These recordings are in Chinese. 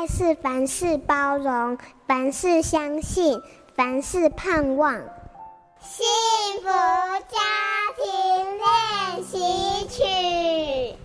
是凡事包容，凡事相信，凡事盼望。幸福家庭练习曲。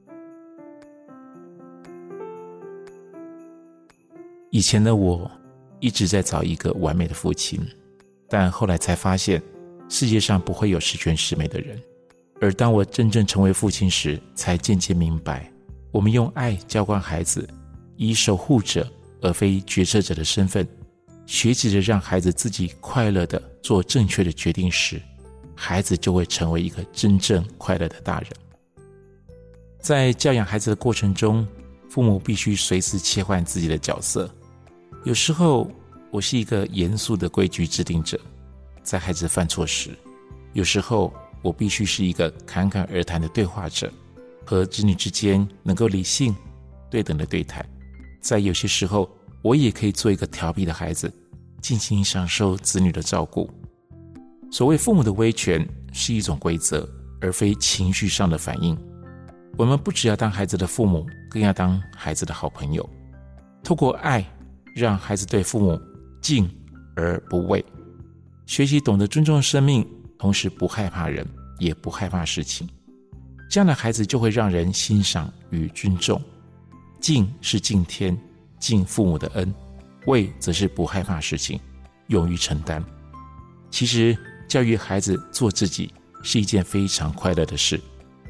以前的我一直在找一个完美的父亲，但后来才发现世界上不会有十全十美的人。而当我真正成为父亲时，才渐渐明白，我们用爱浇灌孩子，以守护者而非决策者的身份，学习着让孩子自己快乐地做正确的决定时，孩子就会成为一个真正快乐的大人。在教养孩子的过程中，父母必须随时切换自己的角色。有时候我是一个严肃的规矩制定者，在孩子犯错时；有时候我必须是一个侃侃而谈的对话者，和子女之间能够理性对等的对谈。在有些时候，我也可以做一个调皮的孩子，尽情享受子女的照顾。所谓父母的威权是一种规则，而非情绪上的反应。我们不只要当孩子的父母，更要当孩子的好朋友，透过爱让孩子对父母敬而不畏，学习懂得尊重生命，同时不害怕人，也不害怕事情。这样的孩子就会让人欣赏与尊重。敬是敬天，敬父母的恩；畏则是不害怕事情，勇于承担。其实教育孩子做自己是一件非常快乐的事。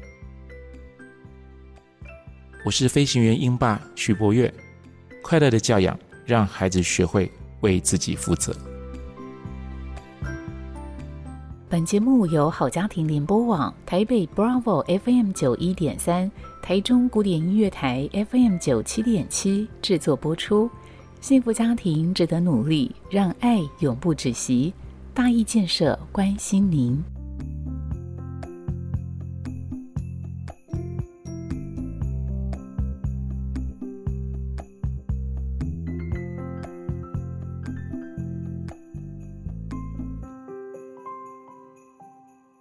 我是飞行员鹰爸徐博岳，快乐的教养让孩子学会为自己负责。 本节目由好家庭联播网、台北 Bravo FM 91.3、台中古典音乐台 FM 97.7制作播出。幸福家庭值得努力，让爱永不止息。大义建设关心您。